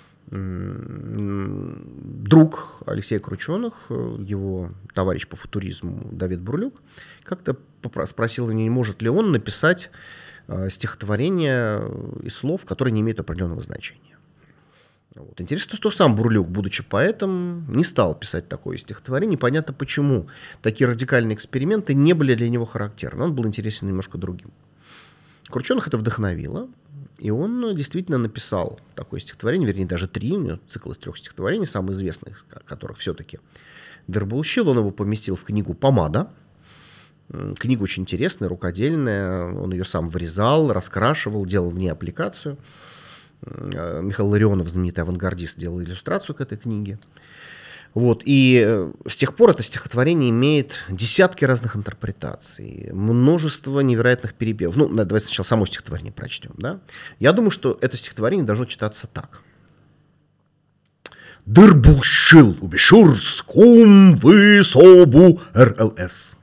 Друг Алексея Крученых, его товарищ по футуризму Давид Бурлюк, как-то спросил, не может ли он написать стихотворение из слов, которые не имеют определенного значения. Вот. Интересно, что сам Бурлюк, будучи поэтом, не стал писать такое стихотворение. Непонятно почему. Такие радикальные эксперименты не были для него характерны. Он был интересен немножко другим. Крученых это вдохновило. И он действительно написал такое стихотворение, вернее, даже 3, у него цикл из 3 стихотворений, самый известный из которых все-таки «Дыр-булщил». Он его поместил в книгу «Помада». Книга очень интересная, рукодельная, он ее сам вырезал, раскрашивал, делал в ней аппликацию. Михаил Ларионов, знаменитый авангардист, делал иллюстрацию к этой книге. Вот. И с тех пор это стихотворение имеет десятки разных интерпретаций, множество невероятных перепевов. Ну, давайте сначала само стихотворение прочтем. Да? Я думаю, что это стихотворение должно читаться так. «Дыр булшил убешур скум высобу РЛС».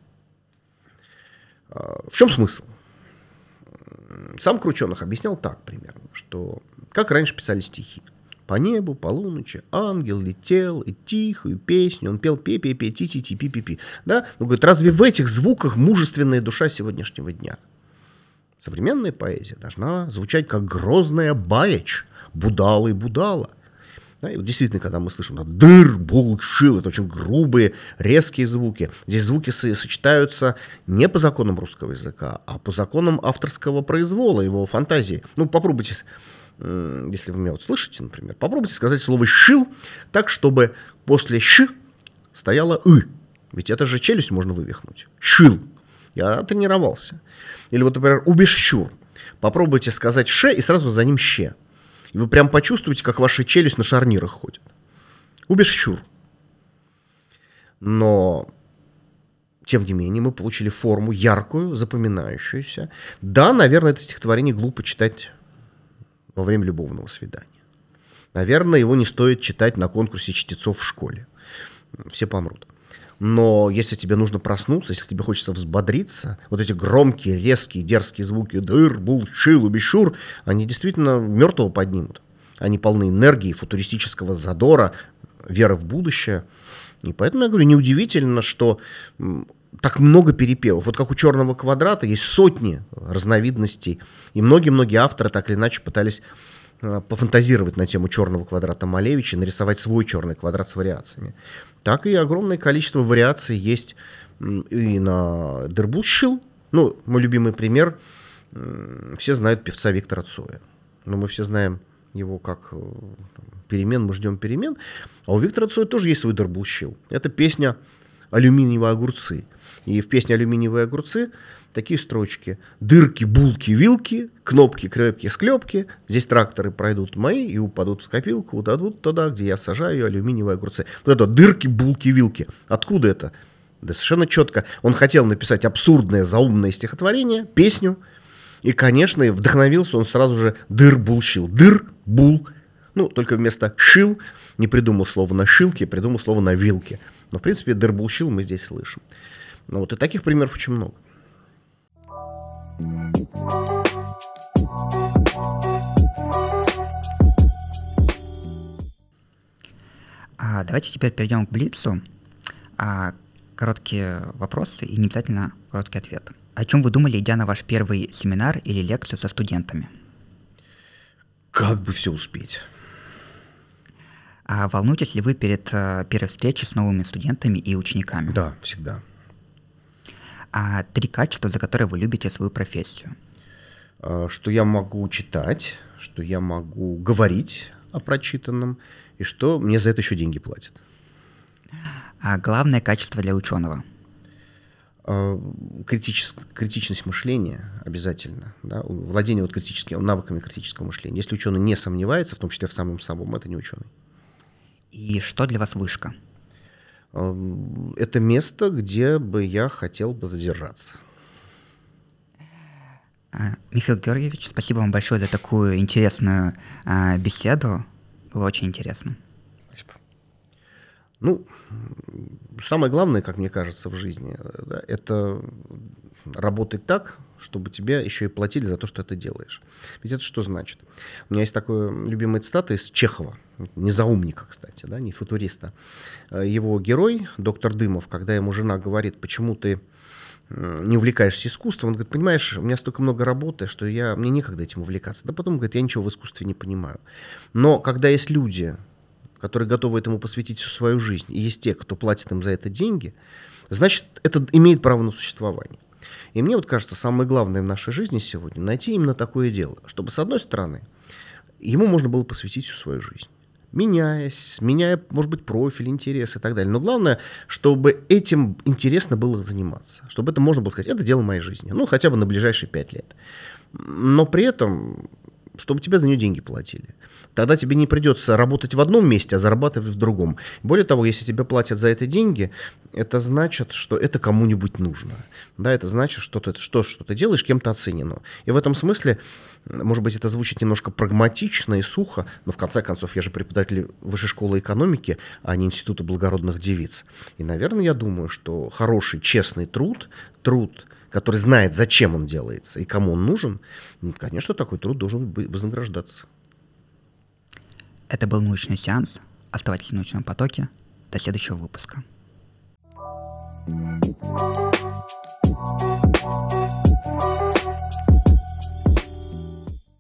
В чем смысл? Сам Крученых объяснял так примерно, что как раньше писали стихи. По небу, полуночи, ангел летел, и тихую песню он пел пе-пе-пе, ти-ти-ти, пи-пи-пи. Да? Он говорит, разве в этих звуках мужественная душа сегодняшнего дня? Современная поэзия должна звучать как грозная баячь, будала и будала. Да, и вот действительно, когда мы слышим «дыр», «бул», «шил», это очень грубые, резкие звуки. Здесь звуки сочетаются не по законам русского языка, а по законам авторского произвола, его фантазии. Ну, попробуйте, если вы меня вот слышите, например, попробуйте сказать слово «шил» так, чтобы после «ш» стояло «ы». Ведь это же челюсть можно вывихнуть. «Шил». Я тренировался. Или вот, например, «убежчур». Попробуйте сказать «ш» и сразу за ним «щ». И вы прям почувствуете, как ваша челюсть на шарнирах ходит. Убежчур. Но, тем не менее, мы получили форму яркую, запоминающуюся. Да, наверное, это стихотворение глупо читать во время любовного свидания. Наверное, его не стоит читать на конкурсе чтецов в школе. Все помрут. Но если тебе нужно проснуться, если тебе хочется взбодриться, вот эти громкие, резкие, дерзкие звуки «дыр», «бул», «шил», «убешур», они действительно мертвого поднимут. Они полны энергии, футуристического задора, веры в будущее. И поэтому я говорю, неудивительно, что так много перепевов. Вот как у «Черного квадрата» есть сотни разновидностей. И многие-многие авторы так или иначе пытались пофантазировать на тему «Черного квадрата» Малевича и нарисовать свой черный квадрат с вариациями. Так и огромное количество вариаций есть и на «Дыр, бул, шил». Ну, мой любимый пример. Все знают певца Виктора Цоя. Но мы все знаем его как перемен, мы ждем перемен. А у Виктора Цоя тоже есть свой «Дыр, бул, шил». Это песня «Алюминиевые огурцы». И в песне «Алюминиевые огурцы» такие строчки. Дырки, булки, вилки, кнопки, крепкие склепки. Здесь тракторы пройдут мои и упадут в скопилку, удадут туда, где я сажаю алюминиевые огурцы. Вот это дырки, булки, вилки. Откуда это? Да совершенно четко. Он хотел написать абсурдное, заумное стихотворение, песню. И, конечно, вдохновился он сразу же дыр, бул, шил. Дыр, бул. Ну, только вместо шил не придумал слово на шилке, придумал слово на вилке. Но, в принципе, дыр, бул, шил мы здесь слышим. Ну, вот и таких примеров очень много. Давайте теперь перейдем к блицу. Короткие вопросы и не обязательно короткие ответы. О чем вы думали, идя на ваш первый семинар или лекцию со студентами? Как бы все успеть? Волнуетесь ли вы перед первой встречей с новыми студентами и учениками? Да, всегда. 3 качества, за которые вы любите свою профессию. Что я могу читать, что я могу говорить о прочитанном, и что мне за это еще деньги платят. Главное качество для ученого? Критичность мышления обязательно. Да? Владение навыками критического мышления. Если ученый не сомневается, в том числе в самом собой, это не ученый. И что для вас вышка? Это место, где бы я хотел бы задержаться. Михаил Георгиевич, спасибо вам большое за такую интересную беседу. Было очень интересно. Спасибо. Ну, самое главное, как мне кажется, в жизни, да, это работать так, чтобы тебе еще и платили за то, что ты делаешь. Ведь это что значит? У меня есть такая любимая цитата из Чехова, не заумника, кстати, да, не футуриста. Его герой, доктор Дымов, когда ему жена говорит, почему ты не увлекаешься искусством, он говорит, понимаешь, у меня столько много работы, что мне некогда этим увлекаться. Да потом, говорит, я ничего в искусстве не понимаю. Но когда есть люди, которые готовы этому посвятить всю свою жизнь, и есть те, кто платит им за это деньги, значит, это имеет право на существование. И мне вот кажется, самое главное в нашей жизни сегодня — найти именно такое дело, чтобы, с одной стороны, ему можно было посвятить всю свою жизнь, сменяя, может быть, профиль, интерес и так далее. Но главное, чтобы этим интересно было заниматься, чтобы это можно было сказать, это дело моей жизни, ну, хотя бы на ближайшие 5 лет. Но при этом чтобы тебе за нее деньги платили. Тогда тебе не придется работать в одном месте, а зарабатывать в другом. Более того, если тебе платят за это деньги, это значит, что это кому-нибудь нужно. Да, это значит, что ты делаешь, кем-то оценено. И в этом смысле, может быть, это звучит немножко прагматично и сухо, но в конце концов я же преподаватель Высшей школы экономики, а не Института благородных девиц. И, наверное, я думаю, что хороший, честный труд, который знает, зачем он делается и кому он нужен, конечно, такой труд должен вознаграждаться. Это был научный сеанс. Оставайтесь в научном потоке. До следующего выпуска.